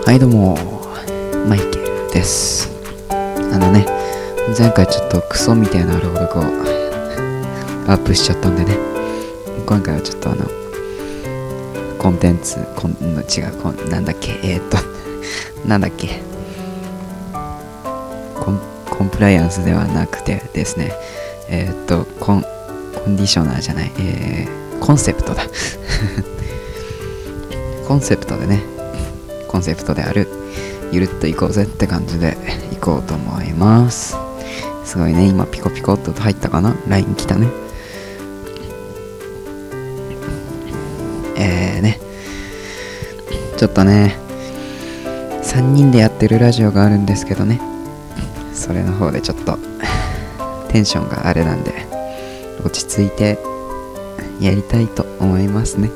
はいどうも、マイケルです。前回ちょっとクソみたいな朗読をアップしちゃったんでね、今回はちょっとコンテンツ、なんだっけ、コンプライアンスではなくてですね、コンディショナーじゃない、コンセプトだ。コンセプトであるゆるっといこうぜって感じでいこうと思います。すごいね、今ピコピコっと入ったかな、 LINE 来たね。ちょっとね3人でやってるラジオがあるんですけどね、それの方でちょっとテンションがあれなんで落ち着いてやりたいと思いますね。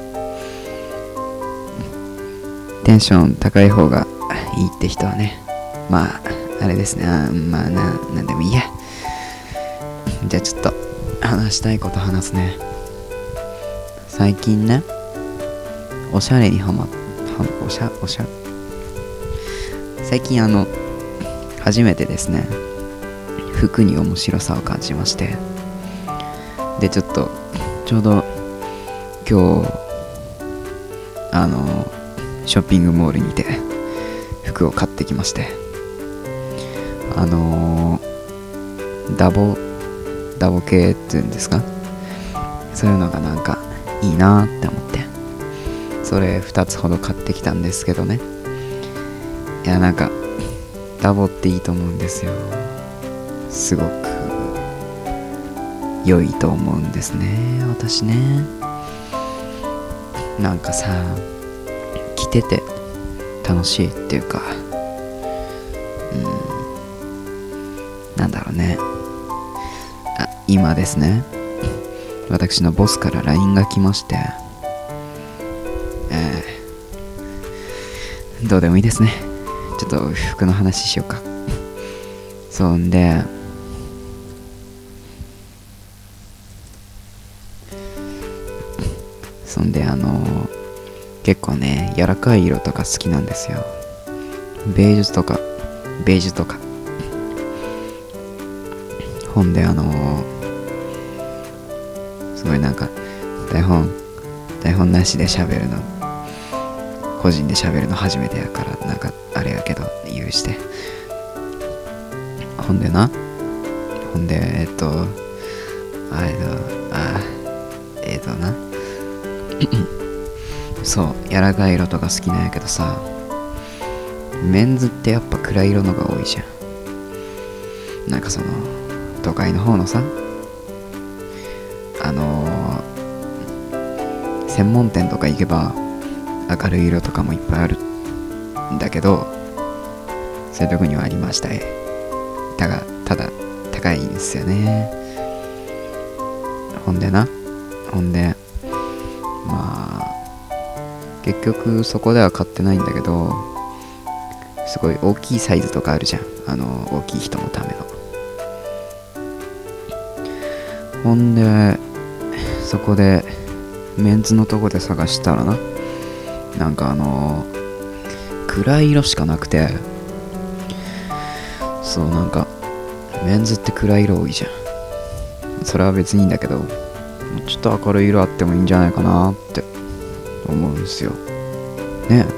テンション高い方がいいって人はね、まああれですね、なんでもいいや。じゃあちょっと話したいこと話すね。最近ね、おしゃれに最近初めてですね、服に面白さを感じまして、でちょうど今日ショッピングモールにて服を買ってきまして、ダボ系っていうんですか、そういうのがなんかいいなって思って、それ2つほど買ってきたんですけどね。いや、なんかダボっていいと思うんですよ。すごく良いと思うんですね、私ね。なんかさ、着てて楽しいっていうか、なんだろうね。今ですね、私のボスから LINE が来まして、どうでもいいですね。ちょっと服の話しようか。そんで結構ね、柔らかい色とか好きなんですよ。ベージュとかほんですごいなんか台本なしで喋るの、個人で喋るの初めてやから、なんかあれやけど許して。ほんでそう、柔らかい色とか好きなんやけどさ、メンズってやっぱ暗い色のが多いじゃん。なんかその都会の方のさ、専門店とか行けば明るい色とかもいっぱいあるんだけど、そういうとこにはありましたね。ただ高いんですよね。ほんでまあ結局そこでは買ってないんだけど、すごい大きいサイズとかあるじゃん、大きい人のための。ほんでそこでメンズのとこで探したらな、なんか暗い色しかなくて、そう、なんかメンズって暗い色多いじゃん。それは別にいいんだけど、ちょっと明るい色あってもいいんじゃないかなって思うんですよね。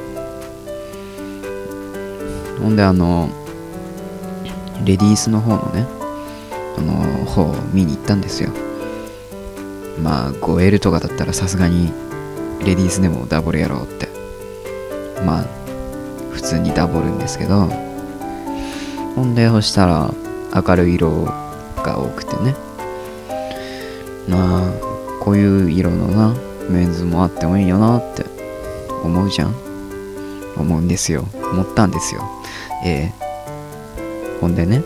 ほんでレディースの方のね、方を見に行ったんですよ。まあ 5L とかだったらさすがにレディースでもダボるやろうって、まあ普通にダボるんですけど、ほんでそしたら明るい色が多くてね、まあこういう色のなメンズもあってもいいよなって思うんですよ。思ったんですよ。ほんでね、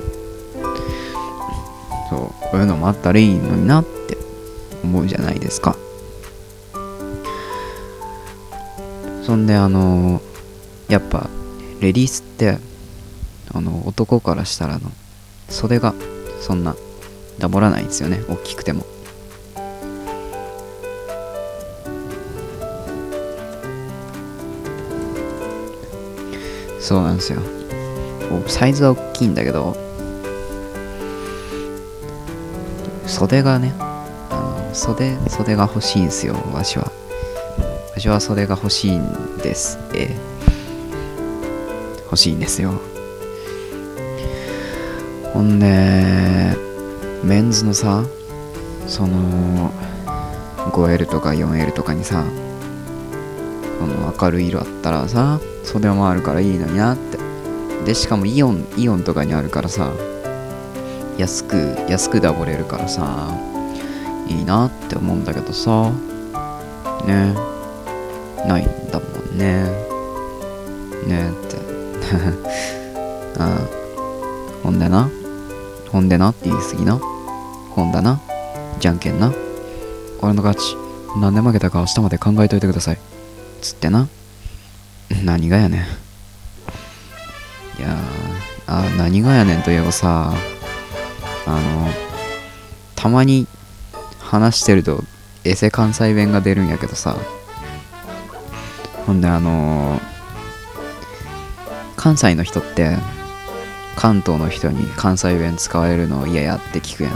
そう、こういうのもあったらいいのになって思うじゃないですか。そんでやっぱレディースって男からしたら袖がそんなダボらないんですよね、大きくても。 そうなんですよ。サイズは大きいんだけど、袖がね、袖が欲しいんですよ、わしは袖が欲しいんです。欲しいんですよ。ほんで、メンズのさ、その 5L とか 4L とかにさ、この明るい色あったらさ、袖もあるからいいのになって。でしかもイオンとかにあるからさ、安くダボれるからさ、いいなって思うんだけどさ、ね、ないんだもんねってほんでなって言い過ぎな。ほんだな、じゃんけんな、俺の勝ち、なんで負けたか明日まで考えといてくださいつってな。何がやねん。いや何がやねんといえばさ、たまに話してるとエセ関西弁が出るんやけどさ、ほんで関西の人って関東の人に関西弁使われるの嫌やって聞くやん。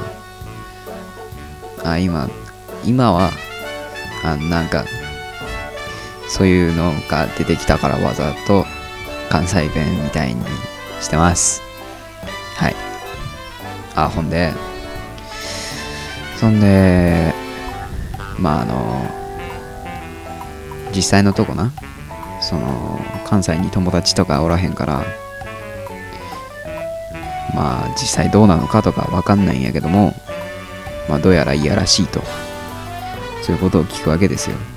今はなんかそういうのが出てきたからわざと関西弁みたいにしてます。はい。そんで実際のとこな、関西に友達とかおらへんから、実際どうなのかとかわかんないんやけども、どうやらいやらしいと、そういうことを聞くわけですよ。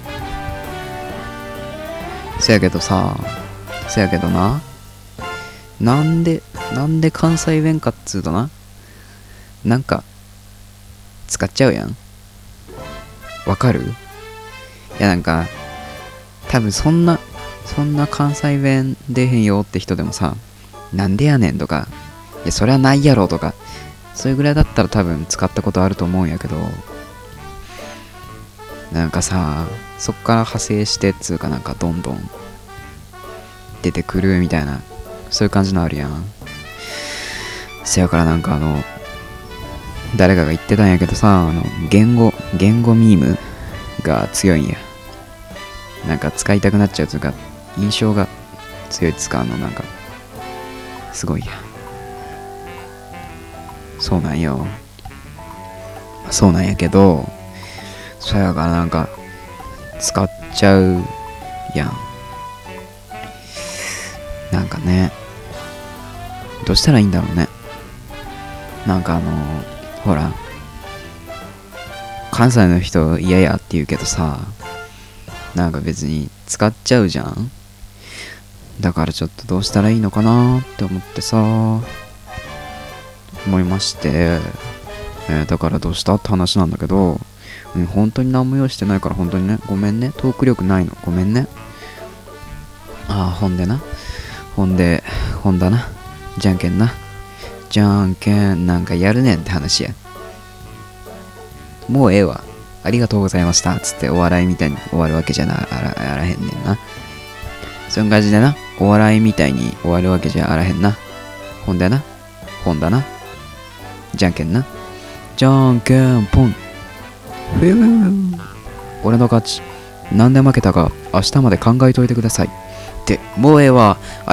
せやけどな、なんで関西弁かっつうとな、なんか使っちゃうやん。わかる？いやなんか多分そんな関西弁出へんよって人でもさ、なんでやねんとか、いやそりゃないやろとか、それぐらいだったら多分使ったことあると思うんやけど、なんかさ、そっから派生してっつうか、なんかどんどん出てくるみたいな、そういう感じのあるやん。せやからなんか誰かが言ってたんやけどさ、言語ミームが強いんや。なんか使いたくなっちゃうというか、印象が強いつか、なんかすごいや。そうなんよ。そうなんやけど、そやからなんか使っちゃうやん。なんかね、どうしたらいいんだろうね。なんかほら、関西の人嫌やって言うけどさ、なんか別に使っちゃうじゃん。だからちょっとどうしたらいいのかなって思ってさ、思いまして、だからどうしたって話なんだけど、本当に何も用意してないから本当にね、ごめんね、トーク力ないのごめんね。ほんだな、じゃんけんな、じゃんけんなんかやるねんって話や。もうええわ、ありがとうございましたつってお笑いみたいに終わるわけじゃあらへんねんな。そんな感じでな、お笑いみたいに終わるわけじゃあらへんな。ほんだな、じゃんけんな、じゃんけんポン、俺の勝ち、なんで負けたか明日まで考えといてくださいって。もうええわ。